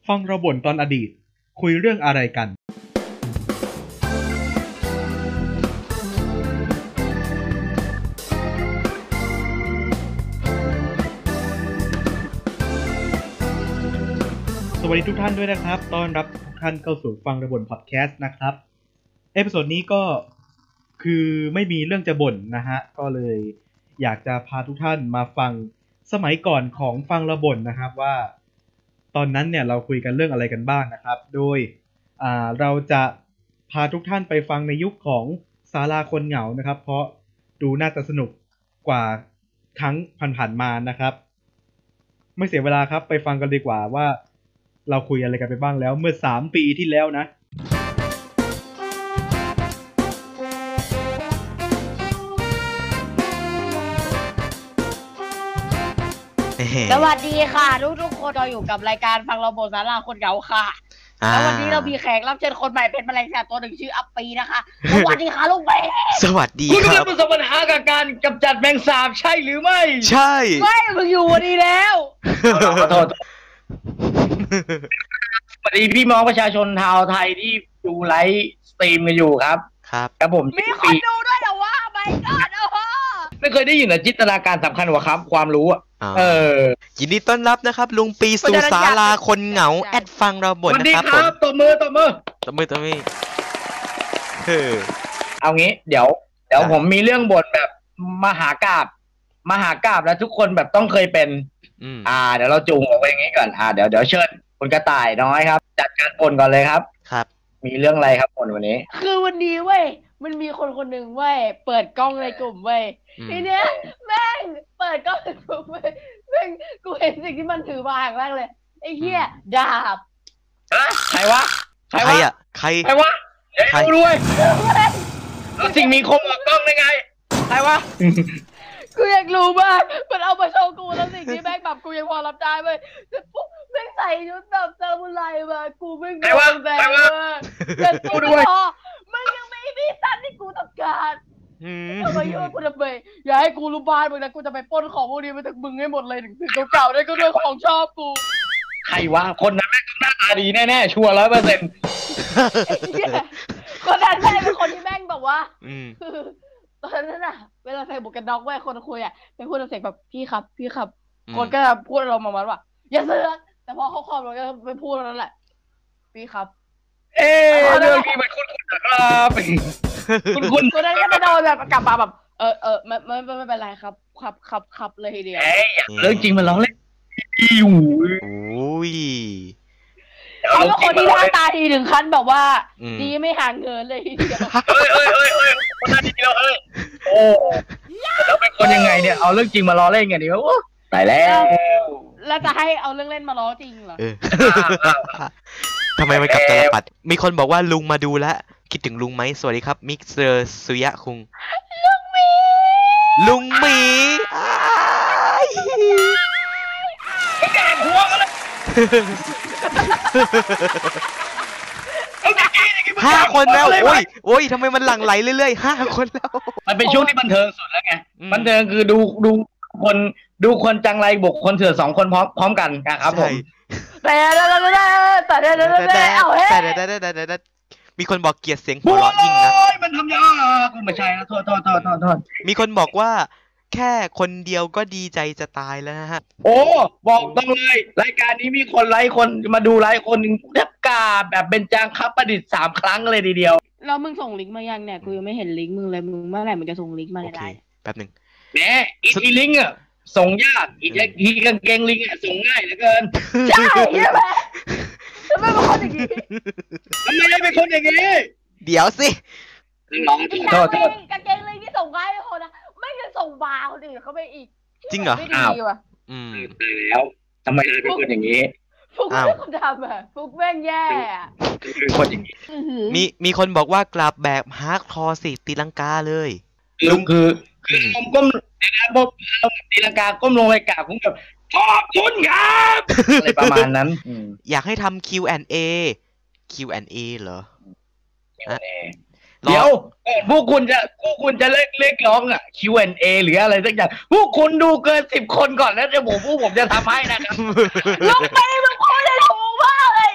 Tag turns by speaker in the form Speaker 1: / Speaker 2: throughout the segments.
Speaker 1: ฟังเราบ่นตอนอดีตคุยเรื่องอะไรกันสวัสดีทุกท่านด้วยนะครับต้อนรับทุกท่านเข้าสู่ฟังเราบ่นพอดแคสต์นะครับเอพิโซดนี้ก็คือไม่มีเรื่องจะบ่นนะฮะก็เลยอยากจะพาทุกท่านมาฟังสมัยก่อนของฟังเราบ่นนะครับว่าตอนนั้นเนี่ยเราคุยกันเรื่องอะไรกันบ้างนะครับโดยเราจะพาทุกท่านไปฟังในยุคของศาลาคนเหงานะครับเพราะดูน่าจะสนุกกว่าครั้งผ่านๆมานะครับไม่เสียเวลาครับไปฟังกันดีกว่าว่าเราคุยอะไรกันไปบ้างแล้วเมื่อ3 ปีที่แล้วนะ
Speaker 2: สวัสดีค่ะทุกคนเราอยู่กับรายการฟังเราบ่นศาลาคนเหงาค่ะแล้ววันนี้เรามีแขกรับเชิญคนใหม่เป็นแมลงสาบตัวหนึ่งชื่ออัปปีนะคะสวัสดีค่ะลูกแม่
Speaker 3: สวัสดีครับคุณกำลังประสบปัญหากับการกำจัดแมงสาบใช่หรือไม่
Speaker 2: ใช่ไม่มึงอยู่วันนี้แล้ว
Speaker 3: ขอโทษสวัสดีพี่น้องประชาชนชาวไทยที่ดูไลฟ์สตรีมกันอยู่ครับครับผม
Speaker 2: มีคนดูด้วยเหรอวะไม่ก็
Speaker 3: ไม่เคยได้ยินนะจินตนาการสำคัญกว่าครับความรู้
Speaker 4: ยินดีต้อนรับนะครับลุงปีสู่ศาลาคนเหงาแอดฟังเราบ่นนะครับผม
Speaker 3: ตบมือเอางี้เดี๋ยวผมมีเรื่องบ่นแบบมหากาพย์แล้วทุกคนแบบต้องเคยเป็นเดี๋ยวเราจูงออกไปอย่างนี้ก่อนเดี๋ยวเชิญคุณกระต่ายน้อยครับจัดการบ่นก่อนเลยครับ
Speaker 4: ครับ
Speaker 3: มีเรื่องอะไรครับบ่นวันนี้
Speaker 2: คือวันนี้เว้ยมันมีคนหนึ่งเว้ยเปิดกล้องในกลุ่มเว้ยทีเนี้ยแม่งเปิดกล้องในกลุ่มเว้ยแม่งกูเห็นสิ่งที่มันถือมาอย่างแรกเลยไอ้เหี้ยดาบ
Speaker 3: ใครวะ
Speaker 4: ใครวะใคร
Speaker 3: ด้วยสิ่งมีคมออกกล้องได้ไงใครวะ
Speaker 2: กูอยากรู้มากมันเอามาโชว์กูแล้วสิ่งที่แม่งแบบกูยังพอรับได้เว้ยแต่ปุ๊บแม่งใส่ชุดแบบซามูไรมากูแม่งโดนแบนแต่กูด้วยมันยังไม่มีสั้นที่กูต้องการเอามาโยนกูทำไมอย่าให้กูรู้บ้านมึงนะกูจะไปปล้นของพวกนี้มาจากมึงให้หมดเลยถึงสิ่งเก่าๆได้ก็เรื่องของชอบกู
Speaker 3: ใครวะคนนั้นแม่งต้องหน้าตาดีแน่ๆชัวร์100%
Speaker 2: คนนั้นใช่เป็นคนที่แม่งแบบว่าตอนนั้นน่ะเวลาใส่หมวกกันน็อกไว้คนคุยเป็นพูดเสียงแบบพี่ครับคนก็พูดเราประมาณว่าอย่าเสือกแต่พอเขาคอมเราก็ไปพูดนั่นแหละพี่ครับ
Speaker 3: เรื่องนี้มันคุ้นนะครับ
Speaker 2: คุณนั้นก็จะโดนแบบกลับมาแบบไม่เป็นไรครับขับเลยทีเดียว
Speaker 3: เรื่องจริงมันร้องเล่น
Speaker 2: เขาเป็นคนที่หน้าตาดีถึงขั้นแบบว่าดีไม่ห่างเงินเลยทีเดียว
Speaker 3: คนหน้าดีแล้วโอ้แล้วเป็นคนยังไงเนี่ยเอาเรื่องจริงมาล้อเล่นกันดิวะตาย
Speaker 2: แล้วจะให้เอาเรื่องเล่นมาล้อจริงเหรอ
Speaker 4: ทำไมมันกลับตลปัดมีคนบอกว่าลุงมาดูแล้วคิดถึงลุงไหมสวัสดีครับมิกเซอร์สุยะคุงลุงหมี
Speaker 3: แกหัวกันเลย
Speaker 4: 5 คนแล้วโอ้ยทำไมมันหลั่งไหลเรื่อยๆ5 คนแล้ว
Speaker 3: มันเป็นช่วงที่บันเทิงสุดแล้วไงบันเทิงคือดูคนจังไรบุกคนเถื่อน2 คนพร้อมกันครับผม
Speaker 2: แต่
Speaker 4: มีคนบอกเกลียดเสียงหัวเราะยิ่งนะ
Speaker 3: มันทำยากกูไม่ใช่นะโทษ
Speaker 4: มีคนบอกว่าแค่คนเดียวก็ดีใจจะตายแล้วนะฮะ
Speaker 3: โอ้บอกตรงเลยรายการนี้มีคนไลค์คนมาดูไลค์คนนึงแทบกาแบบเป็นจางครับประดิษฐ์3 ครั้งเลยทีเดียว
Speaker 2: แล้วมึงส่งลิงก์มายังเนี่ยกูยังไม่เห็นลิงก์มึงเลยมึงเมื่อไหร่มึงจะส่งลิงก์มาได้
Speaker 4: แป๊บนึง
Speaker 3: แหมอีลิงก์อ่ะส่งยากอีกางเกงลิงก์อ่ะส่งง่ายเหลือเกิน
Speaker 2: ใช่ใช่ไหมทำไมเป็นคนอย่างนี้
Speaker 3: ทำไมเป็นคนอย่างนี้
Speaker 4: เดี๋ยวสิ
Speaker 2: โทษกางเกงลิงก์ที่ส่งง่ายให้คนนะไม่จะส่งบาร์คนอื่นเขาไปอีก
Speaker 4: จริงเหรอ
Speaker 3: อ้าวแล้วทำไมเป็นคนอย่างนี้
Speaker 2: ฟุกไม่คนทำฟุกแม่งแย่
Speaker 3: เป็นคนอย่างนี้
Speaker 4: มีคนบอกว่ากลับแบบฮาร์ดคอร์สิตีลังกาเลย
Speaker 3: ลุงคือผมก้มนะครับผมตีลังกาก้มลงไปกราบผมแบบขอบคุณครับอะไรประมาณนั้น
Speaker 4: อยากให้ทำ Q&A เหรอ
Speaker 3: เดี๋ยวพวกคุณจะเรียกร้องQ&A หรืออะไรสักอย่างพวกคุณดูเกิน10 คนก่อนแล้วจะผมจะทำให้นะครับ
Speaker 2: ลงไปมึงพูดได้ถูกมากเลย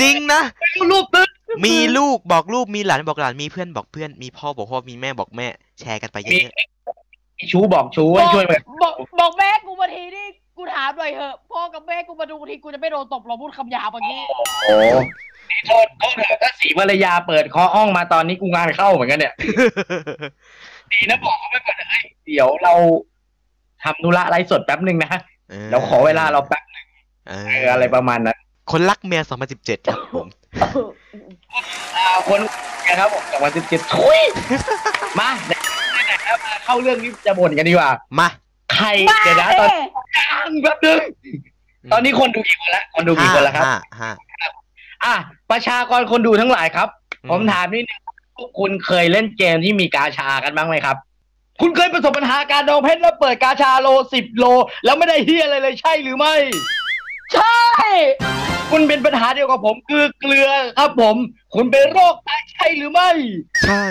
Speaker 4: จริงนะ
Speaker 3: รูปตึ๊ด
Speaker 4: มีลูกบอกลูกมีหลานบอกหลานมีเพื่อนบอกเพื่อนมีพ่อบอกพ่อมีแม่บอกแม่แชร์กันไปเยอะ
Speaker 3: ๆชู้บอกชู้ให้ช่วย
Speaker 2: บอกแม่กูมาทีนี่กูถามหน่อยเถอะพ่อกับแม่กูมาดูทีกูจะไม่โดนตบเราพูดคำหยาบแบบนี้
Speaker 3: โอ้โทษถ้าสีภรรยาเปิดเคาะห้องมาตอนนี้กูงานเข้าเหมือนกันเนี่ยดีนะบอกเขาไม่เปิดเดี๋ยวเราทำธุระไลฟ์สดแป๊บนึงนะเราขอเวลาเราแป๊บนึงอะไรประมาณนั้น
Speaker 4: คนรักเมีย2017ครับผม
Speaker 3: คนนะครับผม2017ทุยมาเข้าเรื่องนี้จะบ่นกันดีกว่า
Speaker 4: มา
Speaker 3: ใครเดี๋ยวนะตอนแป๊บนึงตอนนี้คนดูกี่คนแล้วครับประชากรคนดูทั้งหลายครับผมถามนิดนึงพวกคุณเคยเล่นเกมที่มีกาชากันบ้างไหมครับคุณเคยประสบปัญหาการดองเพชรแล้วเปิดกาชาโล10 โลแล้วไม่ได้เฮียอะไรเลยใช่หรือไม่
Speaker 2: ใช่
Speaker 3: คุณเป็นปัญหาเดียวกับผมคือเกลือครับผมคุณเป็นโรคไตใช่หรือไม่
Speaker 4: ใช่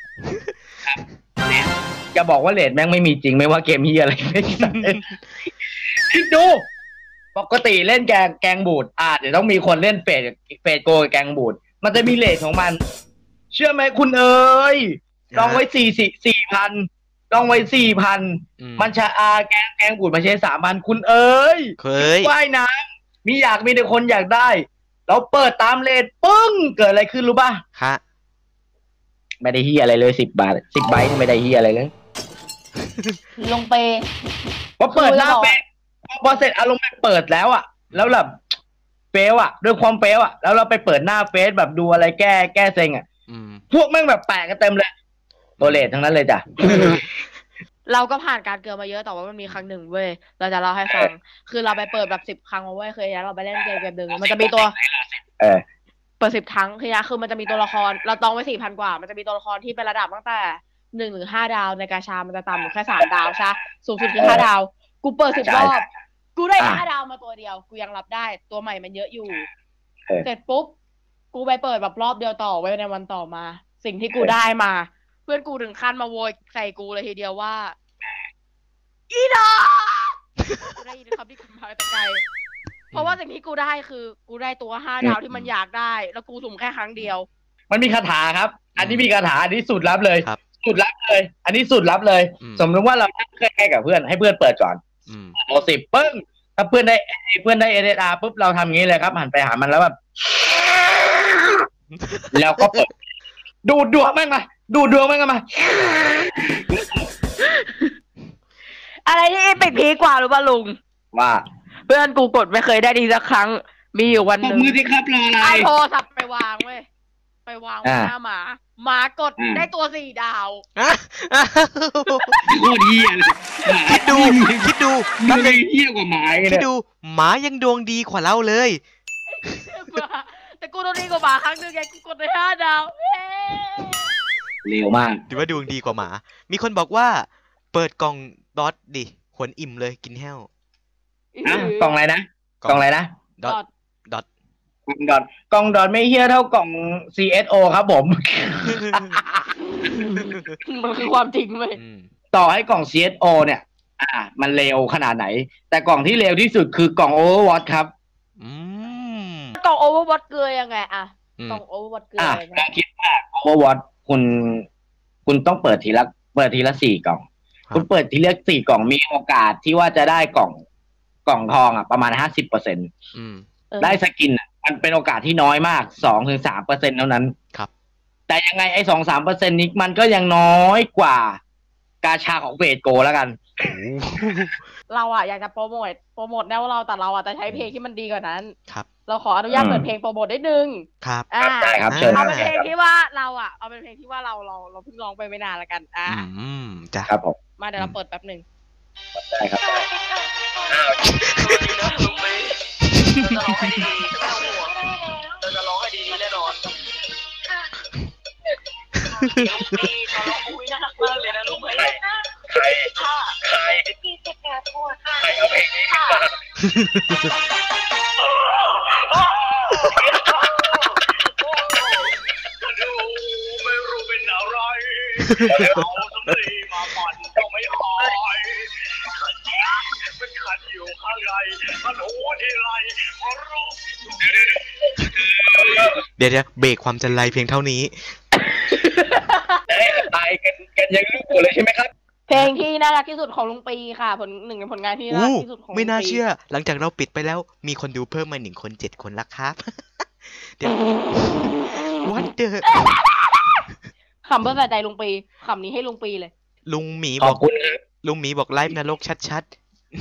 Speaker 3: จะบอกว่าเลดแม่งไม่มีจริงไม่ว่าเกมเฮียอะไรไม่ใช่คิดดูปกติเล่นแกงบูดเดี๋ยวต้องมีคนเล่นเฟดโกกับแกงบูดมันจะมีเลทของมันเชื่อไหมคุณเอ๋ยลองไว้4,000ลองไว้4,000มันจะแกงบูดมันใช้3,000คุณเอ๋ย
Speaker 4: เคย
Speaker 3: ว่ายน้ำมีแต่คนอยากได้เราเปิดตามเลทปึ้งเกิดอะไรขึ้นรู้ป่ะ
Speaker 4: ฮะ
Speaker 3: ไม่ได้เฮียอะไรเลย10 บาท10 ใบไม่ได้เฮียอะไรเลย
Speaker 2: ลงไป
Speaker 3: พอเปิดหน้าเฟซพอเสร็จอารมณ์เปิดแล้วแล้วแบบเฟลด้วยความเฟลแล้วเราไปเปิดหน้าเฟซแบบดูอะไรแก้เซ็งพวกแม่งแบบแปะกันเต็มเลยตัวเลททั้งนั้นเลยจ้ะ
Speaker 2: เราก็ผ่านการเกลือมาเยอะแต่ว่ามันมีครั้งหนึ่งเว้ยเราจะเล่าให้ฟังคือเราไปเปิดแบบ10 ครั้งมาเว้ยเคยเราไปเล่นเกมหนึ่งมันจะมีตัวเปิด10 ครั้งคือมันจะมีตัวละครเราต้องไว้4,000 กว่ามันจะมีตัวละครที่เป็นระดับตั้งแต่1 ถึง 5 ดาวในกาชามันจะต่ำอยู่แค่3 ดาวใช่สูงสุดคือ5 ดาวกูเปิด10 รอบกูได้5 ดาวมาตัวเดียวกูยังรับได้ตัวใหม่มันเยอะอยู่เสร็จปุ๊บกูไปเปิดแบบรอบเดียวต่อไว้ในวันต่อมาสิ่งที่กูได้มาเพื่อนกูถึงขั้นมาโวยใส่กูเลยทีเดียวว่าอีดากูได้ยินคำที่คุณพายตะไกเพราะว่าสิ่งที่กูได้คือกูได้ตัว5 ดาวที่มันอยากได้แล้วกูสุ่มแค่ครั้งเดียว
Speaker 3: มันมีคาถาครับอันนี้มีคาถาอันนี้สุดลับเลยสุดลับเลยอันนี้สุดลับเลยสมมติว่าเราเคยให้กับเพื่อนให้เพื่อนเปิดก่อนโอ10ปึ้งถ้าเพื่อนได้SSR ปุ๊บเราทำงี้เลยครับหันไปหามันแล้วแบบแล้วก็เปิดดูดวงแม่งมา
Speaker 2: อะไรที่เป็นพีกว่าหรือเปล่าลุง
Speaker 3: ว่า
Speaker 2: เพื่อนกูกดไม่เคยได้ดีสักครั้งมีอยู่วันนึง
Speaker 3: มือที่ครับรออะไร
Speaker 2: โทรศัพท์ไปวางเว้ยไปวางหน้าหมากดได้ตัว4 ดาว
Speaker 3: โคตรเหี้ยเลย
Speaker 4: คิดดู
Speaker 3: มันเลยเหี้ยกว่าหมาเลย
Speaker 4: คิดดูหมายังดวงดีกว่าเราเลย
Speaker 2: แต่กูดวงดีกว่าหมาครั้งนึงไงกูกดได้5 ดาว
Speaker 3: เร็วมาก
Speaker 4: ถือว่าดวงดีกว่าหมามีคนบอกว่าเปิดกล่องดอทดิขนอิ่มเลยกินแห้ว
Speaker 3: กล่องอะไรนะดอทกล่องดอทไม่เฮี้ยเท่ากล่อง CSO ครับผม
Speaker 2: มันคือความจริงเลย
Speaker 3: ต่อให้กล่อง CSO เนี่ยมันเร็วขนาดไหนแต่กล่องที่เร็วที่สุดคือกล่อง Overwatch ครับ
Speaker 2: กล่อง Overwatch เกลือยังไงกล่อง Overwatch เกลือยังไง
Speaker 3: คิดว่า Overwatch คุณต้องเปิดทีละ4 กล่องคุณเปิดทีละ4 กล่องมีโอกาสที่ว่าจะได้กล่องทองประมาณ 50%ได้สกินมันเป็นโอกาสที่น้อยมาก 2-3% เท่านั้น
Speaker 4: ครับ
Speaker 3: แต่ยังไงไอ้ 2-3% นี้มันก็ยังน้อยกว่ากาชาของเวทโกแล้วกัน
Speaker 2: เราอยากจะโปรโมทแนวเราแต่เราจะใช้เพลงที่มันดีกว่านั้น
Speaker 4: ครับ
Speaker 2: เราขออนุญาตเปิดเพลงโปรโมทได้นึง
Speaker 4: ครับ
Speaker 3: ได้ครับเชิญ
Speaker 2: เอาเป็นเพลงที่ว่าเราเอาเป็นเพลงที่ว่าเราเพิ่งร้องไปไม่นานละกัน
Speaker 4: จ้ะ
Speaker 3: ครับผม
Speaker 2: มาเดี๋ยวเราเปิดแป๊บนึง
Speaker 3: ได้ครับจะร้องให้ดีแน่นอนน่ารักมากเลยนะลูกเฮ้ยใครพี่จะแกโทษใครเอาเพลงนี้ค่ะดูไม่รู้เป็นอะไรเอาสมรีมาปั่นก็ไม่หายมันขัดอยู่ข้างในมันหัวที่ไรพอรู้
Speaker 4: ดี๋ยวเบรกความจันไรเพียงเท่านี้
Speaker 3: ตายกันยังลูกกูเลยใช่ไหมครับ
Speaker 2: เพลงที่น่ารักที่สุดของลุงปีค่ะหนึ่งในผลงานที่น่ารักที่สุดของลุงปี
Speaker 4: ไม่น่าเชื่อหลังจากเราปิดไปแล้วมีคนดูเพิ่มมา1 คน 7 คนละครับ เดี๋ยว What the
Speaker 2: คำเพื่อใส่ใจลุงปีคำนี้ให้ลุงปีเลย
Speaker 4: ลุงหมี
Speaker 3: ข
Speaker 4: บ
Speaker 3: อ
Speaker 4: อบ ก
Speaker 3: คุณ
Speaker 4: ลุงหมีบอกไลฟ์นรกชัด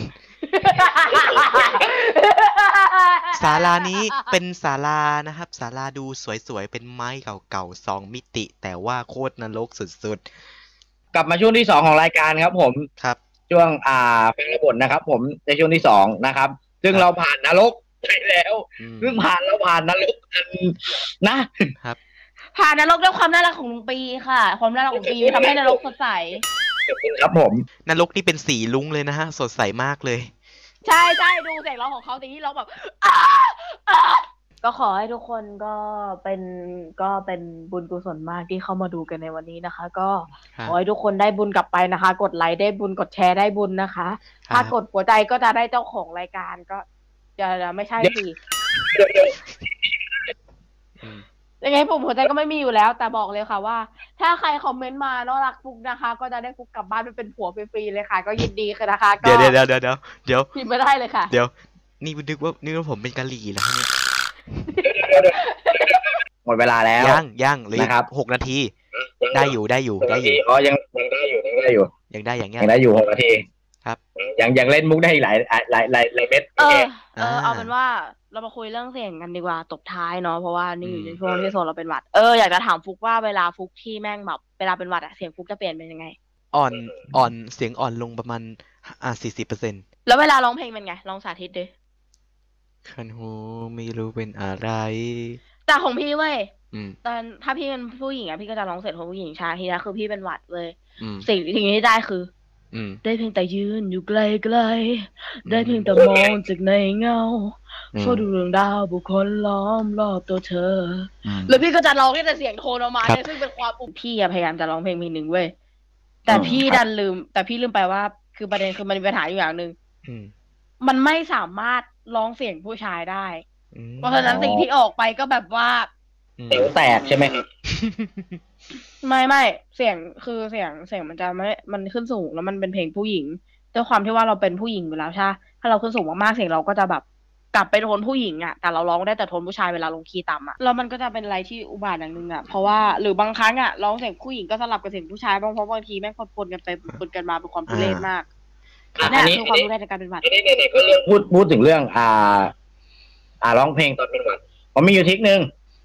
Speaker 4: ๆ ศาลานี้เป็นศาลานะครับศาลาดูสวยๆเป็นไม้เก่าๆ2 มิติแต่ว่าโคตรนรกสุด
Speaker 3: กลับมาช่วงที่2ของรายการครับผม
Speaker 4: ครับ
Speaker 3: ช่วงฟังระบบนะครับผมในช่วงที่2นะครับซึ่งเราผ่านนรกไปแล้วซึ่งผ่านนรกนะครับ
Speaker 2: ผ่านนรกด้วยความน่ารักของลุงปีค่ะความน่ารักของปีทำให้นรกสดใส
Speaker 3: ครับผม
Speaker 4: นรกนี่เป็นสีลุ้งเลยนะฮะสดใสมากเลย
Speaker 2: ใช่ดูเสียงร้องของเขาแต่ที่ร้องแบบก็ขอให้ทุกคนก็เป็นบุญกุศลมากที่เข้ามาดูกันในวันนี้นะคะก็ขอให้ทุกคนได้บุญกลับไปนะคะกดไลค์ได้บุญกดแชร์ได้บุญนะคะถ้ากดหัวใจก็จะได้เจ้าของรายการก็จะไม่ใช่สิยังไงผมหัวใจก็ไม่มีอยู่แล้วแต่บอกเลยค่ะว่าถ้าใครคอมเมนต์มาน่ารักฟุกนะคะก็จะได้ฟุกกลับบ้านไปเป็นผัวฟรีๆเลยค่ะก็ยินดีค่ะนะคะ
Speaker 4: เดี๋ยว
Speaker 2: พิมพ์มาได้เลยค่ะ
Speaker 4: เดี๋ยวนี่นึกว่าผมเป็นกะหรี่แล้วเนี่ย
Speaker 3: หมดเวลาแล้ว
Speaker 4: ยังเลยครับ6 นาทีได้อยู่
Speaker 3: อ๋อยังได้อยู่
Speaker 4: ยังได้
Speaker 3: อยู่6 นาที
Speaker 4: ครับ
Speaker 3: ยังเล่นมุกได้อีกหลายเม็ด
Speaker 2: เอาเป็นว่าเรามาคุยเรื่องเสียงกันดีกว่าตบท้ายเนาะเพราะว่านี่อยู่ในช่วงที่โซนเราเป็นหวัดอยากจะถามฟุกว่าเวลาฟุกที่แม่งแบบเวลาเป็นหวัดเสียงฟุกจะเปลี่ยนเป็นยังไง
Speaker 4: อ่อนเสียงอ่อนลงประมาณ40%
Speaker 2: แล้วเวลาร้องเพลงเป็นไงลองสาธิตดิ
Speaker 4: คันหูไม่รู้เป็นอะไร
Speaker 2: แต่ของพี่เว้ยตอนถ้าพี่เป็นผู้หญิงพี่ก็จะร้องเสร็จของผู้หญิงชาทีนะคือพี่เป็นหวัดเลยสิ่งที่ได้คือได้เพียงแต่ยืนอยู่ไกลๆได้เพียงแต่มองจากในเงาเฝ้าดูเรื่องราวบุคคลล้อมรอบตัวเธอแล้วพี่ก็จะร้องแต่เสียงโทนออกมาเนี่ยซึ่งเป็นความพี่พยายามจะร้องเพลงหนึ่งเว้ยแต่พี่ดันลืมไปว่าคือประเด็นคือมันมีปัญหาอยู่อย่างหนึ่งมันไม่สามารถร้องเสียงผู้ชายได้เพราะฉะนั้นสิ่งที่ออกไปก็แบบว่า
Speaker 3: เสียงแตกใช่ไหมครับ
Speaker 2: ไม่เสียงคือเสียงมันจะไม่มันขึ้นสูงแล้วมันเป็นเพลงผู้หญิงด้วยความที่ว่าเราเป็นผู้หญิงอยู่แล้วใช่ถ้าเราขึ้นสูงมากๆเสียงเราก็จะแบบกลับไปโทนผู้หญิงอ่ะแต่เราร้องได้แต่โทนผู้ชายเวลาลงคีย์ต่ำอ่ะแล้วมันก็จะเป็นอะไรที่อุบาทอย่างนึงอ่ะเพราะว่าหรือบางครั้งอ่ะร้องเสียงผู้หญิงก็สลับกับเสียงผู้ชายเพราะบางทีแม่งปนกันไปปนกันมาเป็นความทุเรศมาก
Speaker 3: อันนี้
Speaker 2: คือความทุเรศในการเป็นหวัด
Speaker 3: นี่ก็เรื่องพูดถึงเรื่องร้องเพลงตอนเป็นหวัดผมมีอยู่ทิกนึง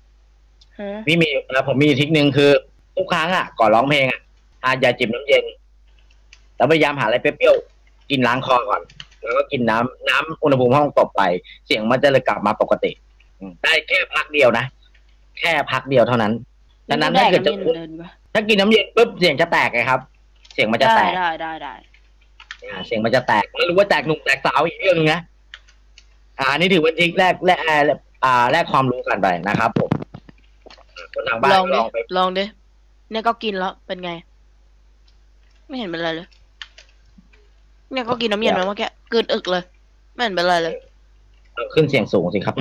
Speaker 3: ผมมีทิกนึงคือทุกครั้งก่อนร้องเพลงอย่าจิบน้ำเย็นแล้วพยายามหาอะไรเปรี้ยวๆกินล้างคอก่อนแล้วก็กินน้ำอุณหภูมิห้องตบไปเสียงมันจะเลยกลับมาปกติได้แค่พักเดียวนะแค่พักเดียวเท่านั้นฉะนั้นถ้าเกิดถ้ากินน้ำเย็นปุ๊บเสียงจะแตกไงครับเสียงมันจะแตก
Speaker 2: ได้
Speaker 3: เสียงมันจะแตกไม่รู้ว่าแตกหนุ่มแตกสาวอีกเรื่องนึงนะนี่ถือว่าทิกแรกความรู้กันไปนะครับผมคนทางบ้าน
Speaker 2: ลองดิเนี่ยก็กินแล้วเป็นไงไม่เห็นเป็นไรเลยเนี่ยก็กินน้ำเย็นมาเมื่อกี้กลืนอึกเลยไม่เห็นเป็นไรเลย
Speaker 3: ขึ้นเสียงสูงสิครับ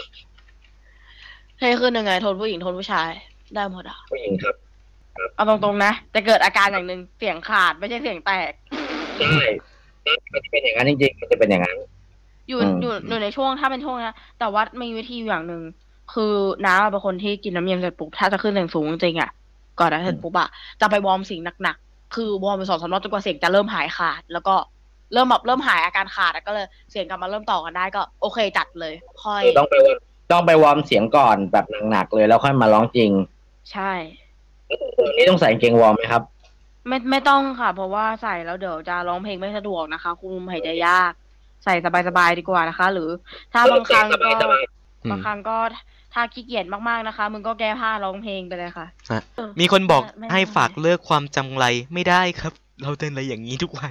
Speaker 2: ให้ขึ้นยังไงโทนผู้หญิงโทนผู้ชายได้หมด
Speaker 3: ผู้หญิงครับ
Speaker 2: เอาตรงๆนะจะเกิดอาการอย่างหนึ่งเสียงขาดไม่ใช่เสียงแตก
Speaker 3: ใช่มันจะเป็นอย่างนั้นจริงๆมันจะเป็นอย่างนั้น
Speaker 2: อยู่ในช่วงถ้าเป็นช่วงนะแต่ว่ามีวิธีอย่างหนึ่งคือน้าเป็นคนที่กินน้ำเย็นเสร็จปุ๊บถ้าจะขึ้นเสียงสูงจริงก่อนนะเสร็จปุ๊บจะไปวอร์มเสียงหนักๆคือวอร์มไป2-3 รอบจนกว่าเสียงจะเริ่มหายขาดแล้วก็เริ่มหายอาการขาดก็เลยเสียงกลับมาเริ่มต่อกันได้ก็โอเคจัดเลยค่อย
Speaker 3: ต้องไปวอร์มเสียงก่อนแบบหนักๆเลยแล้วค่อยมาร้องจริง
Speaker 2: ใช่
Speaker 3: นี่ต้องใส่กางเกงวอร์มไหมครับ
Speaker 2: ไม่ต้องค่ะเพราะว่าใส่แล้วเดี๋ยวจะร้องเพลงไม่สะดวกนะคะคุมหายใจยากใส่สบายๆดีกว่านะคะหรือถ้าบางครั้งก็ถ้าขี้เกียจมากๆนะคะมึงก็แก้ผ้าร้องเพลงไปเลยค่ะ
Speaker 4: มีคนบอกให้ฝากเลิกความจำไรไม่ได้ครับเราเต้นอะไรอย่างนี้ทุกวัน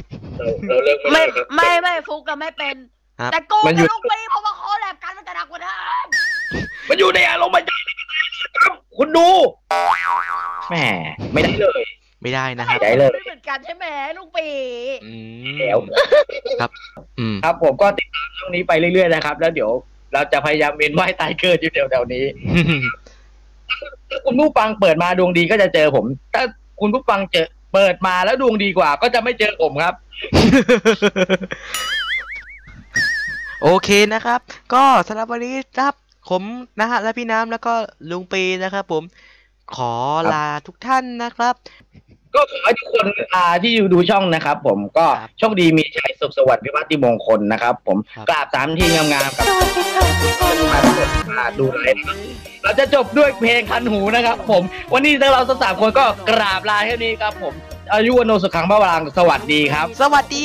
Speaker 2: ไม่ฟุกก็ไม่เป็นแต่โกงกับลูกปีเพราะว่าคอแลบกันมันจะหนักกว่าเดิม
Speaker 3: มันอยู่ในอารมณ์มันครับคุณดูแหมไม่ได้เลย
Speaker 4: ไม่ได้นะฮะ
Speaker 2: ได้เลยไม่เหมือนกันใช่ไหมลูกปี
Speaker 3: แล้วครับผมก็ติดตามช่วงนี้ไปเรื่อยๆนะครับแล้วเดี๋ยวเราจะพยายามเวียนว่ายตายเกิดอยู่แถวๆนี้ ถ้าคุณผู้ฟังเปิดมาดวงดีก็จะเจอผม ถ้าคุณผู้ฟังเปิดมาแล้วดวงดีกว่า ก็จะไม่เจอผมครับ
Speaker 4: โอเคนะครับ ก็สำหรับวันนี้ครับผมนะฮะและพี่น้ำแล้วก็ลุงปีนะครับผมขอลาทุกท่านนะครับ
Speaker 3: ก็ขอให้ทุกคนที่ดูช่องนะครับ ผมก็โชคดีมีชัยสุขสวัสดิ์พิพัฒน์มงคลนะครับ ผมกราบ3 ทีงามๆกับดูไลฟ์เราจะจบด้วยเพลงคันหูนะครับ ผมวันนี้เราทั้ง3 คนก็กราบลาแค่นี้ครับ ผมอายุวโนสุขังพระวรังสวัสดีครับ
Speaker 4: สวัสดี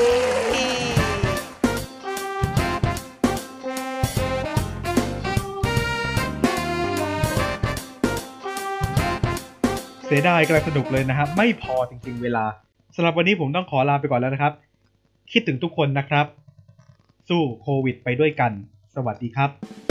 Speaker 1: เสียดายกำลังสนุกเลยนะครับไม่พอจริงๆเวลาสำหรับวันนี้ผมต้องขอลาไปก่อนแล้วนะครับคิดถึงทุกคนนะครับสู้โควิดไปด้วยกันสวัสดีครับ